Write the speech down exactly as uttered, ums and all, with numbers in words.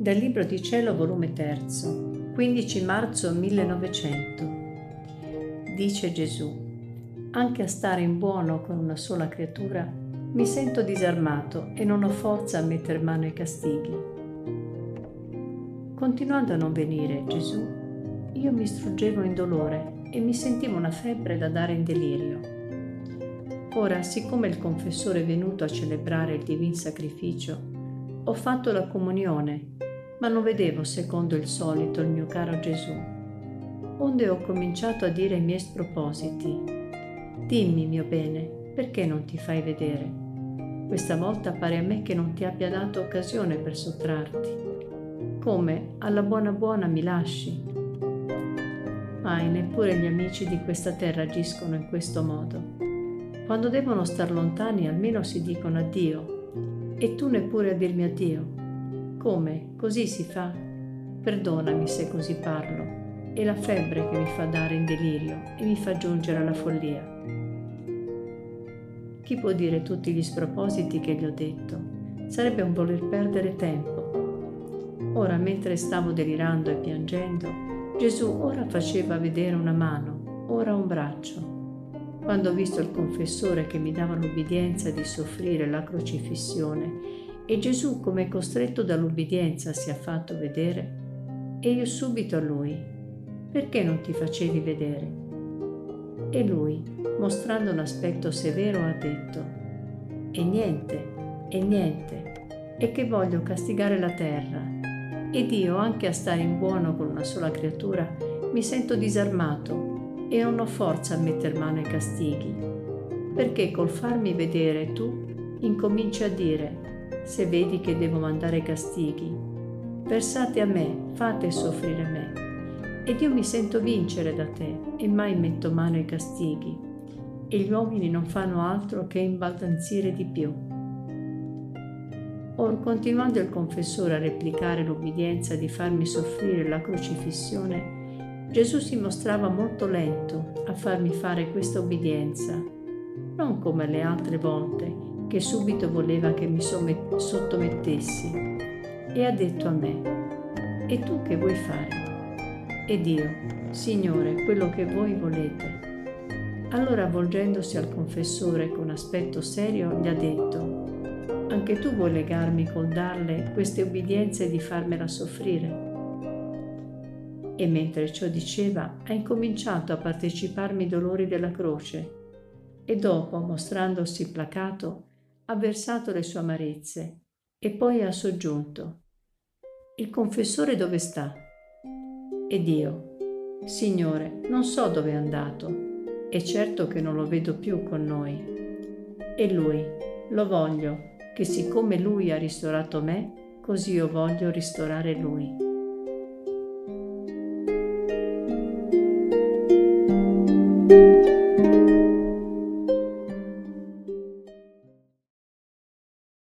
Dal Libro di Cielo, volume tre, quindici marzo millenovecento. Dice Gesù: anche a stare in buono con una sola creatura mi sento disarmato e non ho forza a metter mano ai castighi. Continuando a non venire Gesù, io mi struggevo in dolore e mi sentivo una febbre da dare in delirio. Ora, siccome il confessore è venuto a celebrare il divin sacrificio, ho fatto la comunione, ma non vedevo secondo il solito il mio caro Gesù. Onde ho cominciato a dire i miei spropositi. Dimmi, mio bene, perché non ti fai vedere? Questa volta pare a me che non ti abbia dato occasione per sottrarti. Come, alla buona buona mi lasci? Mai, neppure gli amici di questa terra agiscono in questo modo. Quando devono star lontani almeno si dicono addio, e tu neppure a dirmi addio. Come? Così si fa? Perdonami se così parlo. È la febbre che mi fa dare in delirio e mi fa giungere alla follia. Chi può dire tutti gli spropositi che gli ho detto? Sarebbe un voler perdere tempo. Ora, mentre stavo delirando e piangendo, Gesù ora faceva vedere una mano, ora un braccio. Quando ho visto il confessore che mi dava l'ubbidienza di soffrire la crocifissione e Gesù, come costretto dall'ubbidienza, si è fatto vedere, e io subito a lui: perché non ti facevi vedere? E lui, mostrando un aspetto severo, ha detto: e niente, e niente, è che voglio castigare la terra, ed io, anche a stare in buono con una sola creatura, mi sento disarmato e non ho forza a metter mano ai castighi, perché col farmi vedere tu incominci a dire: se vedi che devo mandare castighi, versate a me, fate soffrire me, ed io mi sento vincere da te e mai metto mano ai castighi, e gli uomini non fanno altro che imbaldanzire di più. Or, continuando il confessore a replicare l'ubbidienza di farmi soffrire la crocifissione, Gesù si mostrava molto lento a farmi fare questa ubbidienza, non come le altre volte, che subito voleva che mi sottomettessi, e ha detto a me: e tu che vuoi fare? Ed io: Signore, quello che voi volete. Allora, volgendosi al confessore con aspetto serio, gli ha detto: anche tu vuoi legarmi col darle queste ubbidienze di farmela soffrire? E mentre ciò diceva, ha incominciato a parteciparmi i dolori della croce, e dopo, mostrandosi placato, ha versato le sue amarezze e poi ha soggiunto: il confessore dove sta? Ed io: Signore, non so dove è andato, e certo che non lo vedo più con noi. E lui: lo voglio, che siccome lui ha ristorato me, così io voglio ristorare lui.